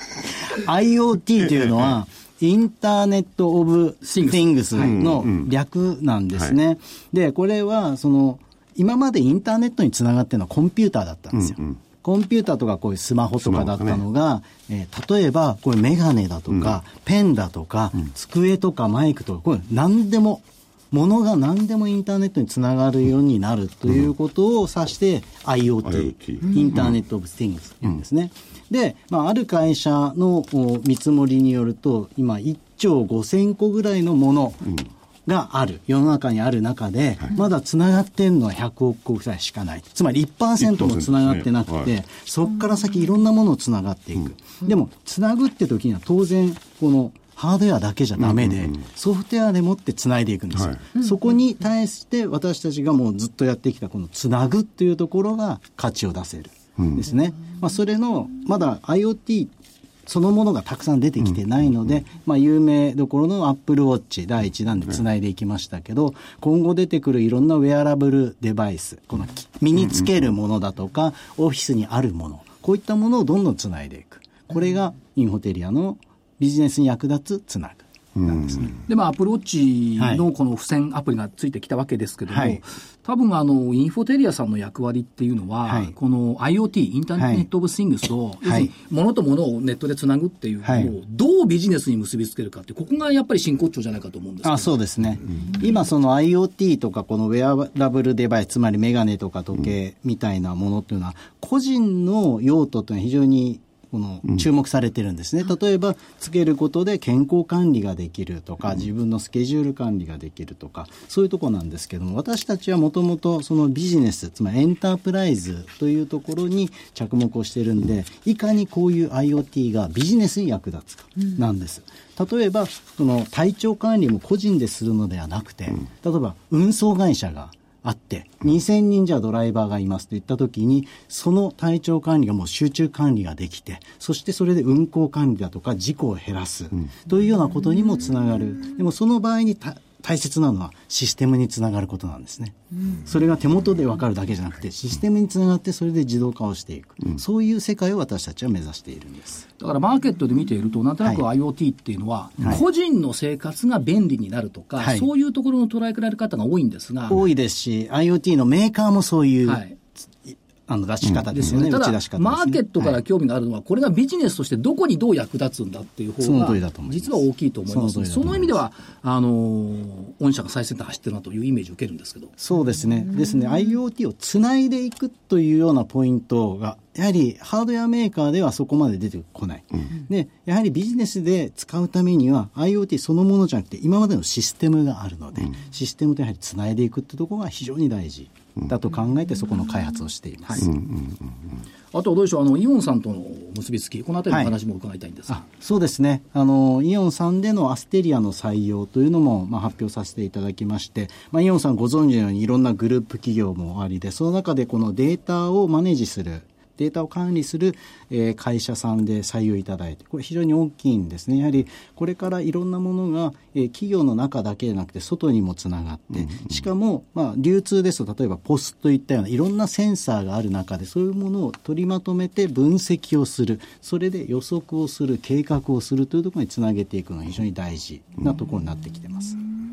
IoT というのはインターネットオブシングスの略なんですね。はい、で、これはその今までインターネットにつながっているのはコンピューターだったんですよ。うんうん、コンピューターとかこういうスマホとかだったのが、ねえー、例えばこれメガネだとか、うん、ペンだとか、うん、机とかマイクとかこれ何でも物が何でもインターネットにつながるようになるということを指して、うん、IoT、IoT、インターネットオブシングスというんですね。うん、で、まあ、ある会社の見積もりによると今いっちょうごせんこぐらいのものがある、うん、世の中にある中で、はい、まだつながっているのはひゃくおくこぐらいしかない。つまり いちパーセント もつながってなくて、ね、はい、そこから先いろんなものをつながっていく。うん、でもつなぐって時には当然このハードウェアだけじゃダメで、うんうんうん、ソフトウェアでもってつないでいくんですよ。はい、そこに対して私たちがもうずっとやってきたこのつなぐっていうところが価値を出せるんですね。うん、まあ、それのまだ IoT そのものがたくさん出てきてないので、うんうんうん、まあ、有名どころのアップルウォッチだいいちだんでつないでいきましたけど、うん、今後出てくるいろんなウェアラブルデバイス、この身につけるものだとか、うんうん、オフィスにあるもの、こういったものをどんどんつないでいく。これがインフォテリアのビジネスに役立つつなぐなんですね。 で、まあ、アップルウォッチのこの付箋アプリがついてきたわけですけども、はい、多分あのインフォテリアさんの役割っていうのは、はい、この IoT インターネットオブシングスを、はい、要するに物と物をネットでつなぐっていうのをどうビジネスに結びつけるかって、ここがやっぱり真骨頂じゃないかと思うんですけど。 あ、そうですね。うん、今その IoT とかこのウェアラブルデバイス、つまりメガネとか時計みたいなものっていうのは、個人の用途というのは非常にこの注目されてるんですね。うん、例えばつけることで健康管理ができるとか、自分のスケジュール管理ができるとか、そういうところなんですけども、私たちはもともとそのビジネス、つまりエンタープライズというところに着目をしているんで、いかにこういう IoT がビジネスに役立つかなんです。例えばその体調管理も個人でするのではなくて、例えば運送会社があってにせんにんじゃドライバーがいますといったときに、その体調管理がもう集中管理ができて、そしてそれで運行管理だとか事故を減らすというようなことにもつながる。でもその場合にた大切なのはシステムにつながることなんですね。うん、それが手元で分かるだけじゃなくてシステムにつながってそれで自動化をしていく、うん、そういう世界を私たちは目指しているんです。 だからマーケットで見ているとなんとなく IoT っていうのは、はい、個人の生活が便利になるとか、はい、そういうところの捉えられ方が多いんですが、 多いですし IoT のメーカーもそういう、はい、あの出し方ですよね。うん、 ただ打ち出し方ですね。 マーケットから興味があるのは、はい、これがビジネスとしてどこにどう役立つんだっていう方が実は大きいと思います。その, その意味ではあの御社が最先端走ってるなというイメージを受けるんですけど。 そうですね。ですね IoT をつないでいくというようなポイントがやはりハードウェアメーカーではそこまで出てこない、うん、でやはりビジネスで使うためには IoT そのものじゃなくて今までのシステムがあるので、うん、システムとやはりつないでいくというところが非常に大事だと考えてそこの開発をしています。はい、うんうんうん、 あとどうでしょう、あのイオンさんとの結びつき、このあたりの話も伺いたいんですが。はい、 あそうですね、あのイオンさんでのアステリアの採用というのも、まあ、発表させていただきまして、まあ、イオンさんご存知のようにいろんなグループ企業もありで、その中でこのデータをマネージするデータを管理する、えー、会社さんで採用いただいて、これ非常に大きいんですね。やはりこれからいろんなものが、えー、企業の中だけでなくて外にもつながって、うんうん、しかも、まあ、流通ですと例えばポスといったようないろんなセンサーがある中でそういうものを取りまとめて分析をする、それで予測をする、計画をするというところにつなげていくのが非常に大事なところになってきてます。うん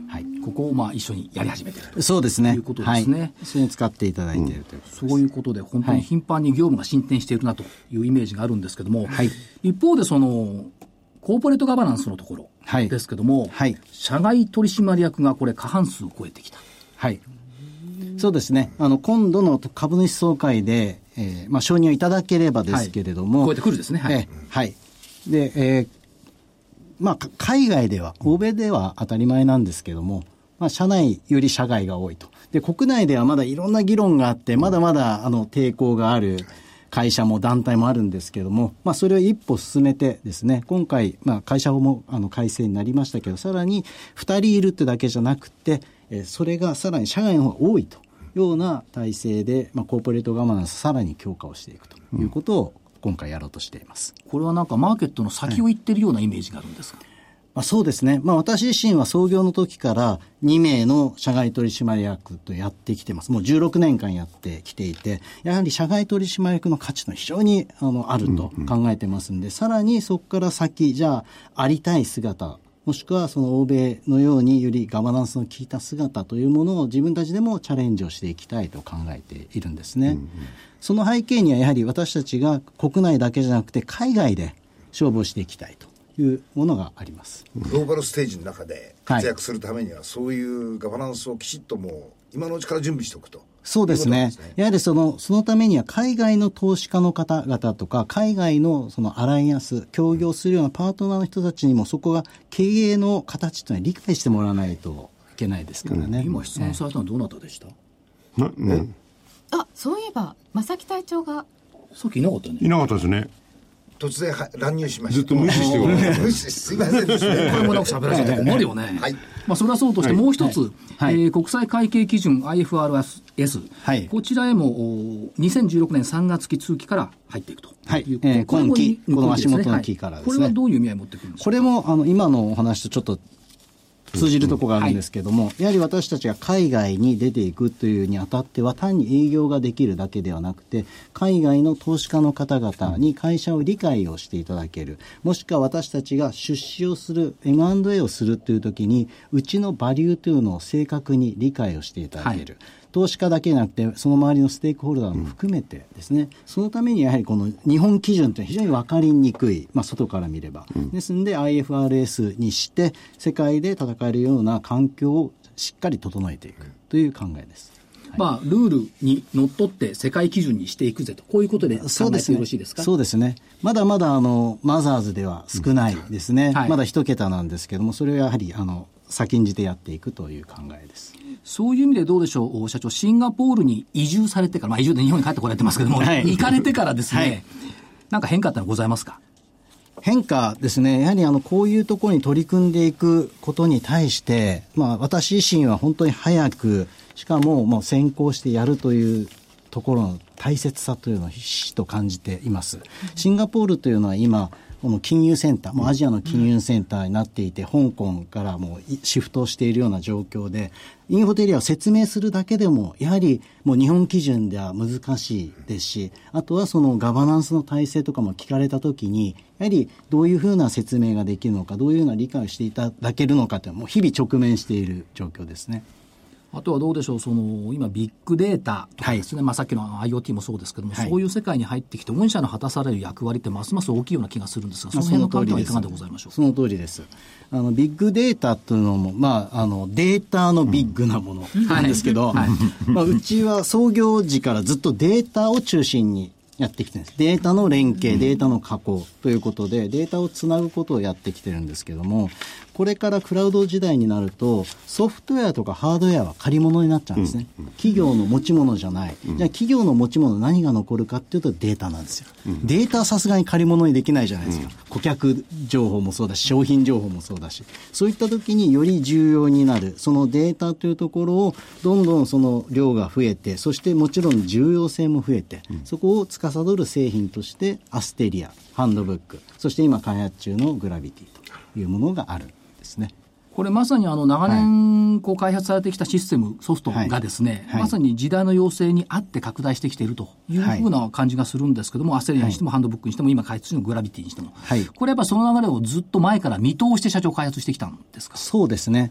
はい、ここをまあ一緒にやり始めているとそうですね。 いうことですね。 はい、一緒に使っていただいているということです、 うん、そういうことで本当に頻繁に業務が進展しているなというイメージがあるんですけども、はい、一方でそのコーポレートガバナンスのところですけども、はいはい、社外取締役がこれ過半数を超えてきた。 はい。そうですね。あの今度の株主総会で、えーまあ、承認をいただければですけれども、 はい、超えてくるですね。はい。えーはい、で、えーまあ、海外では、欧米では当たり前なんですけども、まあ、社内より社外が多いと。で、国内ではまだいろんな議論があって、まだまだあの抵抗がある会社も団体もあるんですけども、まあ、それを一歩進めてですね、今回、まあ、会社法もあの改正になりましたけど、さらにふたりいるってだけじゃなくて、えー、それがさらに社外の方が多いというような体制で、まあ、コーポレートガバナンスさらに強化をしていくということを今回やろうとしています。 これはなんかマーケットの先を行っているようなイメージがあるんですか？はい、 まあ、そうですね。まあ、私自身は創業の時からにめいの社外取締役とやってきてます。もうじゅうろくねんかんやってきていて、やはり社外取締役の価値の非常にあのあると考えてますんで、うんうん、さらにそこから先、じゃあありたい姿、もしくはその欧米のようによりガバナンスの効いた姿というものを自分たちでもチャレンジをしていきたいと考えているんですね。うんうん、その背景にはやはり私たちが国内だけじゃなくて海外で勝負をしていきたいというものがあります。 グローバルステージの中で活躍するためには、はい、そういうガバナンスをきちっともう今のうちから準備しておくと。 そうですね。ですね。やはりそのそのためには海外の投資家の方々とか海外のそのアライアンス協業するようなパートナーの人たちにもそこが経営の形というのは理解してもらわないといけないですからね。 うん、今質問されたのはどなたでした？ な、ね、 あ、そういえば正木隊長がさっきいなかったね。 いなかったですね。 突然は乱入しました。 ずっと無視してください。 無視すいませんですね。 これもなく喋らせて困るよね。はい。まあそれはそうとしてもう一つ、はいはい、えー、国際会計基準 アイエフアールエス、はい、こちらへもにせんじゅうろくねんさんがつき通期から入っていくということ、はい、 えー、今期この足元の期からですね。 これはどういう意味合いを持ってくるんですか？ これもあの今のお話とちょっと通じるところがあるんですけども、うん、はい、やはり私たちが海外に出ていくというにあたっては単に営業ができるだけではなくて、海外の投資家の方々に会社を理解をしていただける、もしくは私たちが出資をする エムアンドエー をするというときにうちのバリューというのを正確に理解をしていただける、はい、投資家だけでなくてその周りのステークホルダーも含めてですね、うん、そのためにやはりこの日本基準というのは非常に分かりにくい、まあ、外から見れば、うん、ですので アイエフアールエス にして世界で戦えるような環境をしっかり整えていくという考えです。 はい、まあ、ルールにのっとって世界基準にしていくぜと、こういうことで考えてよろしいですか？ そうですね。まだまだあのマザーズでは少ないですね。うん、はい、まだ一桁なんですけども、それをやはりあの先んじてやっていくという考えです。 そういう意味でどうでしょう、社長、シンガポールに移住されてから、まあ、移住で日本に帰ってこられてますけども、はい、行かれてからですね、はい、なんか変化ってのはございますか？ 変化ですね。やはりあのこういうところに取り組んでいくことに対して、まあ、私自身は本当に早く、しかももう先行してやるというところの大切さというのをひしひしと感じています。シンガポールというのは今この金融センター、もうアジアの金融センターになっていて、香港からもうシフトしているような状況で、インフォテリアを説明するだけでもやはりもう日本基準では難しいですし、あとはそのガバナンスの体制とかも聞かれたときに、やはりどういうふうな説明ができるのか、どういうふうな理解をしていただけるのかというのはもう日々直面している状況ですね。 あとはどうでしょう、その今ビッグデータとかですね、はい、まあ、さっきの アイオーティー もそうですけども、はい、そういう世界に入ってきて御社の果たされる役割ってますます大きいような気がするんですが、その辺の観点はいかがでございましょうか？ その通りです。あのビッグデータというのも、まあ、あのデータのビッグなものなんですけど、うん、はいはい、まあ、うちは創業時からずっとデータを中心にやってきてるんです。データの連携、データの加工ということで、データをつなぐことをやってきてるんですけども、これからクラウド時代になると、ソフトウェアとかハードウェアは借り物になっちゃうんですね。企業の持ち物じゃない。じゃあ企業の持ち物何が残るかっていうとデータなんですよ。データはさすがに借り物にできないじゃないですか。顧客情報もそうだし、商品情報もそうだし。そういった時により重要になる、そのデータというところをどんどんその量が増えて、そしてもちろん重要性も増えて、そこを司る製品としてアステリア、ハンドブック、そして今開発中のグラビティというものがあるんですね。 これまさにあの長年こう開発されてきたシステム、ソフトがですね、はいはい、まさに時代の要請に合って拡大してきているというふうな感じがするんですけども、はい、アステリアにしてもハンドブックにしても今開発中のグラビティにしても、はい、これやっぱその流れをずっと前から見通して社長開発してきたんですか？ そうですね。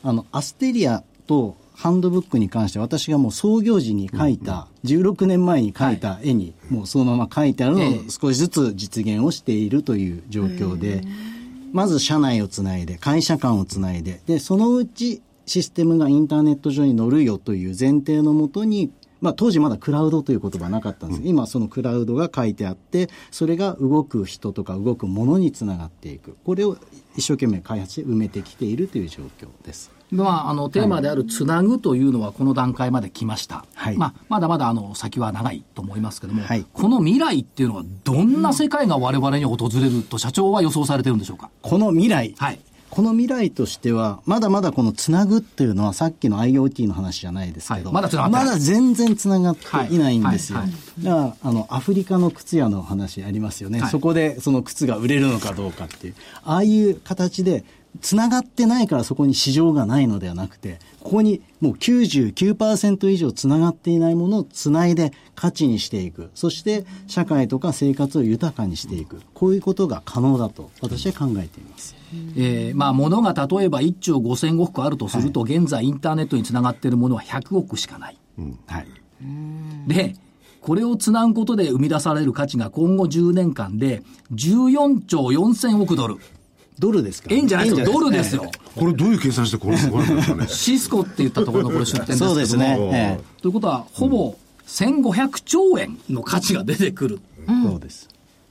あのアステリアとハンドブックに関して私がもう創業時に描いた、じゅうろくねんまえに描いた絵にもうそのまま描いてあるのを少しずつ実現をしているという状況で、まず社内をつないで会社間をつないで、でそのうちシステムがインターネット上に載るよという前提のもとに、まあ、当時まだクラウドという言葉はなかったんです、うん、今そのクラウドが書いてあってそれが動く人とか動くものにつながっていく、これを一生懸命開発して埋めてきているという状況です。 まあ、あのテーマであるつなぐというのはこの段階まで来ました、はい、まあ、まだまだあの先は長いと思いますけども、はい、この未来っていうのはどんな世界が我々に訪れると社長は予想されてるんでしょうか。 この未来、 はい、 この未来としてはまだまだこのつなぐっていうのはさっきの IoT の話じゃないですけど、はい、 まだつながってない、 まだ全然つながっていないんですよ、はいはいはい、だからあのアフリカの靴屋の話ありますよね、はい、そこでその靴が売れるのかどうかっていう、ああいう形でつながってないからそこに市場がないのではなくて、ここにもう きゅうじゅうきゅうパーセント 以上つながっていないものをつないで価値にしていく、そして社会とか生活を豊かにしていく、こういうことが可能だと私は考えています。 えーまあ、物が例えばいっちょうごせんおくあるとすると、はい、現在インターネットにつながっているものはひゃくおくしかない、うんはい、でこれをつなぐことで生み出される価値が今後じゅうねんかんでじゅうよんちょうよんせんおくドル、 ドルですか、 円じゃないですよ、ドルですよ。 これどういう計算してこれすごいんですかね。 シスコって言ったところのこれ出店ですけども、 そうですね、 えー、ということはほぼせんごひゃくちょうえんの価値が出てくる、 うん、そうです、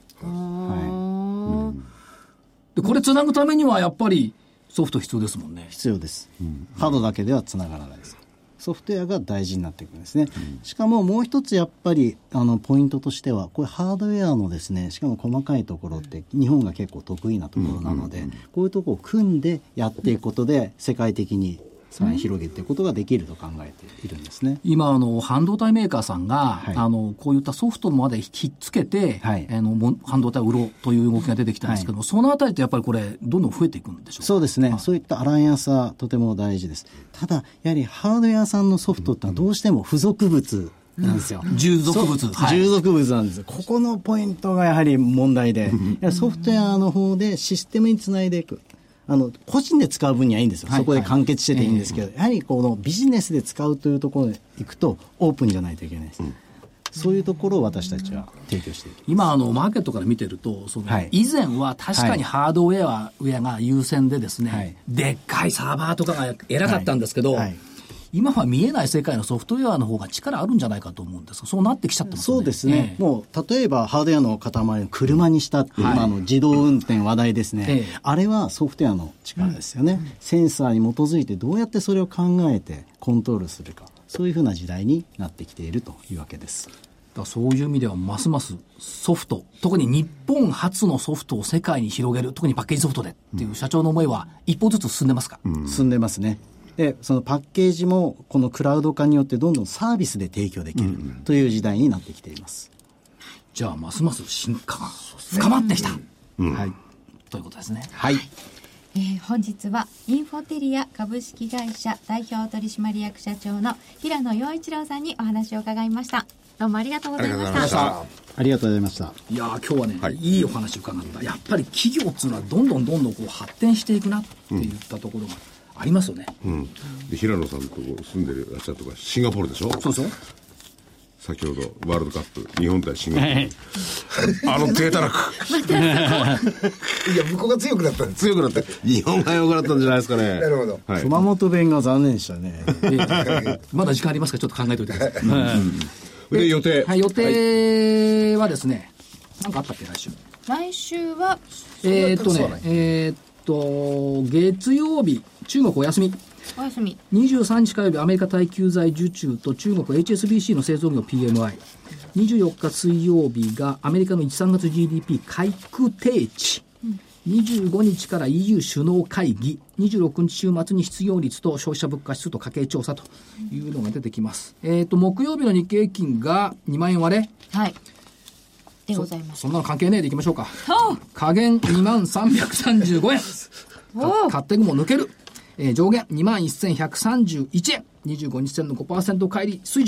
はい、でこれつなぐためにはやっぱりソフト必要ですもんね。 必要です、うん、ハードだけではつながらないです。ソフトウェアが大事になってくるんですね、うん、しかももう一つやっぱりあのポイントとしてはこれハードウェアのですね、しかも細かいところって日本が結構得意なところなので、うんうんうん、こういうところを組んでやっていくことで世界的にさらに広げていくことができると考えているんですね。 今あの半導体メーカーさんが、はい、あのこういったソフトまでひっつけて、はい、あの半導体を売ろうという動きが出てきたんですけども、はい、そのあたりってやっぱりこれどんどん増えていくんでしょうか。 そうですね、 はい、 そういったアライアンスはとても大事です。ただやはりハードウェアさんのソフトってのはどうしても付属物なんですよ、 うん、従属物、 はい、従属物なんです。ここのポイントがやはり問題でソフトウェアの方でシステムにつないでいく、あの個人で使う分にはいいんですよ、はい、そこで完結してていいんですけど、はい、やはりこのビジネスで使うというところに行くとオープンじゃないといけないです、うん、そういうところを私たちは提供していきます。 今あのマーケットから見てるとその、はい、以前は確かにハードウェア、はい、ウェアが優先でですね、はい、でっかいサーバーとかが偉かったんですけど、はいはい、今は見えない世界のソフトウェアの方が力あるんじゃないかと思うんですが、そうなってきちゃってますね。 そうですね、えー、もう例えばハードウェアの塊を車にしたっていう、はい、あの自動運転話題ですね、えー、あれはソフトウェアの力ですよね、うん、センサーに基づいてどうやってそれを考えてコントロールするか、そういうふうな時代になってきているというわけです。 だそういう意味ではますますソフト、特に日本初のソフトを世界に広げる、特にパッケージソフトでっていう社長の思いは一歩ずつ進んでますか。 うん、進んでますね。でそのパッケージもこのクラウド化によってどんどんサービスで提供できるという時代になってきています、うん、 じゃあますます進化が深まってきた、 うんはい、 ということですね。 はい、 えー、本日はインフォテリア株式会社代表取締役社長の平野陽一郎さんにお話を伺いました。どうもありがとうございました。 ありがとうございました。 いや今日はね、はい、いいお話伺った。やっぱり企業っていうのはどんどんどんどんこう発展していくなっていったところが、うんありますよね、うん、 で平野さんと住んでるらっしゃるとかシンガポールでしょ。 そうそう、 先ほどワールドカップ日本対シンガポール、あの低たらくいや向こうが強くなったんです。 強くなって日本が良くなったんじゃないですかね。 なるほど、 はい、熊本弁が残念でしたねまだ時間ありますからちょっと考えておいてください、 うん、で予定、 はい、予定はですね、何かあったっけ来週。 来週はえー、っとねえー、っと月曜日中国お休み。 お休み。 にじゅうさんにち火曜日アメリカ耐久財受注と中国 エイチエスビーシー の製造業 ピーエムアイ。にじゅうよっか水曜日がアメリカのいちさんがつ ジーディーピー 回復低値、うん、にじゅうごにちから イーユー 首脳会議、にじゅうろくにち週末に失業率と消費者物価指数と家計調査というのが出てきます、うん、えー、と木曜日の日経平均がにまんえん割れ、 はいでございます。 そ, そんなの関係ねえでいきましょうか。下限にまんさんびゃくさんじゅうごえん買ってぐも抜ける、えー、上限 にまんせんひゃくさんじゅういちえん、にじゅうごにち線の ごパーセント 乖離水準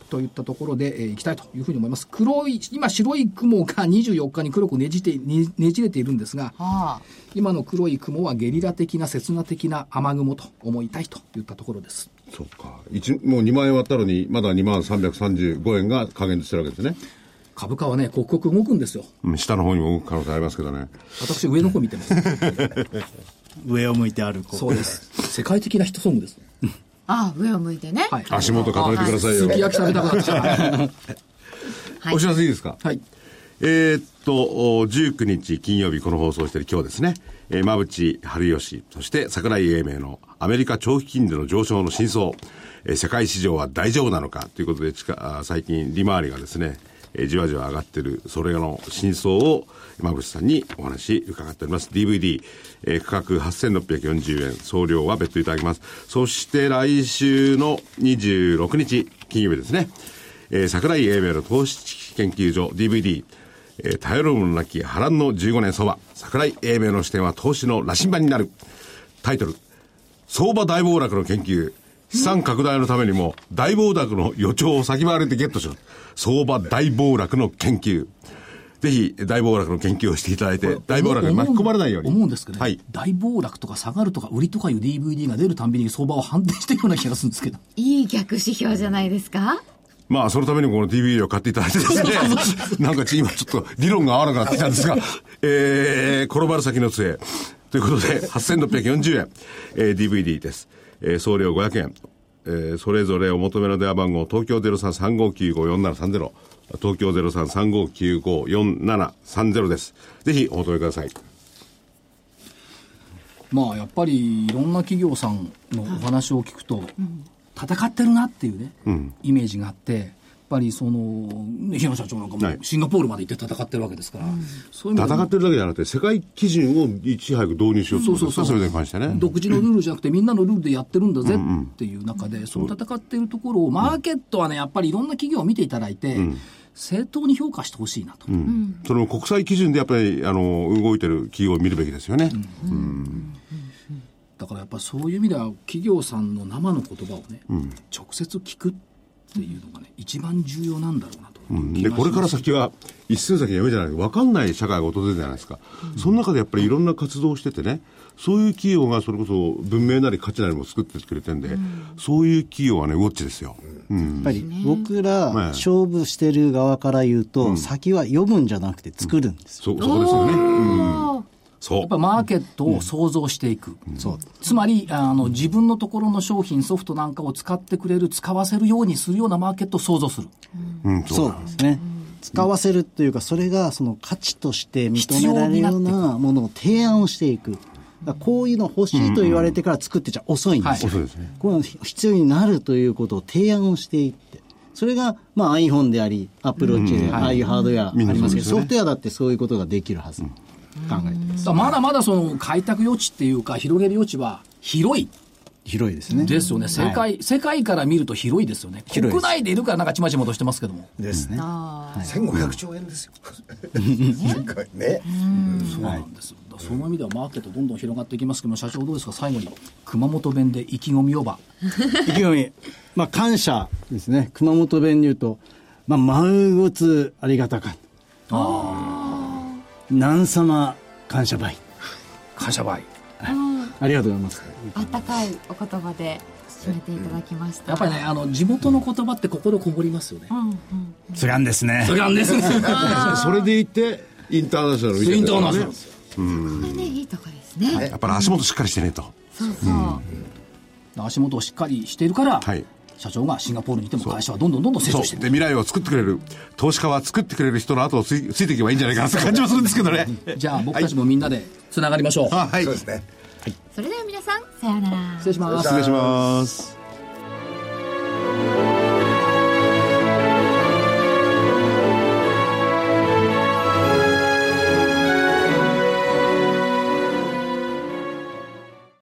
といったところで、えー、いきたいというふうに思います。黒い、今白い雲がにじゅうよっかに黒くねじて、ね、ねじれているんですが、はあ、今の黒い雲はゲリラ的な刹那的な雨雲と思いたいといったところです。 そうか。もうにまんえん割ったのに、まだにまんさんびゃくさんじゅうごえんが加減してるわけですね。 株価はね、刻々動くんですよ。 うん、下の方にも動く可能性ありますけどね。 私、上の方見てます。 上を向いて歩こう。 そうです。世界的なヒットソングです。 ああ、上を向いてね。 はい、足元固めてくださいよ。 すき焼き食べたくなっちゃう。 はい、お知らせいいですか。 はい。 えー、っと、じゅうくにち金曜日この放送している今日ですね、えー、馬淵春吉、そして櫻井英明のアメリカ長期金利の上昇の真相、えー、世界市場は大丈夫なのかということで、最近利回りがですね、えー、じわじわ上がっている、それの真相を馬淵さんにお話伺っております。 ディーブイディー、えー、価格はっせんろっぴゃくよんじゅうえん、送料は別途いただきます。そして来週のにじゅうろくにち金曜日ですね、えー、櫻井英明の投資研究所 ディーブイディー、えー、頼るものなき波乱のじゅうごねん相場、櫻井英明の視点は投資の羅針盤になる。タイトル、相場大暴落の研究、資産拡大のためにも大暴落の予兆を先回りでゲットしろ。相場大暴落の研究、ぜひ大暴落の研究をしていただいて、大暴落に巻き込まれないように。 思うんですけどね、 はい、 大暴落とか下がるとか売りとかいう ディーブイディー が出るたんびに相場を反転していくような気がするんですけど、 いい逆指標じゃないですか。 まあそのためにこの ディーブイディー を買っていただいてですねなんか今ちょっと理論が合わなくなってきたんですがえー、転ばる先の杖ということではっせんろっぴゃくよんじゅうえん、えー、ディーブイディー です、えー、送料ごひゃくえん、えー、それぞれお求めの電話番号、東京 ゼロさん さんごきゅうご よんななさんゼロ、東京 ゼロさん さんごきゅうご よんななさんゼロです。ぜひお求めください。 まあやっぱりいろんな企業さんのお話を聞くと、うん、戦ってるなっていうね、うん、イメージがあって、やっぱりその日野社長なんかもシンガポールまで行って戦ってるわけですから、はい、 そういう戦ってるだけじゃなくて世界基準をいち早く導入しようということですか。それに関してね、 独自のルールじゃなくてみんなのルールでやってるんだぜっていう中で、うんうん、その戦っているところをマーケットはね、やっぱりいろんな企業を見ていただいて、うん、正当に評価してほしいなと、うん、 その国際基準でやっぱりあの動いてる企業を見るべきですよね、うんうんうんだからやっぱりそういう意味では企業さんの生の言葉をね、うん、直接聞くっていうのがね一番重要なんだろうなと、 うん、でこれから先は一寸先やめじゃない分かんない社会が訪れるじゃないですか、うん、その中でやっぱりいろんな活動をしててね、そういう企業がそれこそ文明なり価値なりも作ってくれてるんで、うん、そういう企業はねウォッチですよ、 うん、やっぱり僕ら勝負してる側から言うと、うん、先は読むんじゃなくて作るんです、 うん、そ, そこですよね、うんそうやっぱマーケットを想像していく、うん、そうつまりあの自分のところの商品ソフトなんかを使ってくれる、使わせるようにするようなマーケットを想像する、 うん、そうですね、使わせるというか、それがその価値として認められるようなものを提案をしていく。こういうの欲しいと言われてから作ってちゃ遅いんですよ、うんうんはい、こういうの必要になるということを提案をしていって、それが、まあ、iPhone でありアップルウォッチで、うんはい、ああいうハードウェアありますけど、ソフトウェアだってそういうことができるはず、うん考えてます。 まだまだその開拓余地っていうか広げる余地は広い広いですね。 ですよね。世界、はい、世界から見ると広いですよね。国内でいるからなんかちまちまとしてますけども。 ですね。 せんごひゃくちょうえんですよ。世界ね。 そうなんです。その意味ではマーケットどんどん広がっていきますけども、社長どうですか、最後に熊本弁で意気込みをば。 意気込み、まあ感謝ですね。熊本弁で言うと、まあ丸ごつありがたか。ああ。何様感謝倍感謝倍、はい、 ありがとうございます。 あったかいお言葉で締めていただきました、 やっぱりね、あの地元の言葉って心こもりますよね。 つがんですね、 つがんですねそれでいてインターナショナルみたいな、ね、インターナショナルですよ。 これね、いいとこですね。 やっぱり足元しっかりしてねと。 そうそう、 うん、足元をしっかりしているから、はい、社長がシンガポールにいても会社はどんどんどんどん成長している。 で未来を作ってくれる投資家は作ってくれる人の後をつ い, ついていけばいいんじゃないかなって感じもするんですけどねじゃあ僕たちもみんなでつながりましょう。 はい、 そうですね、 はい、それでは皆さんさようなら。 失礼します。 失礼します。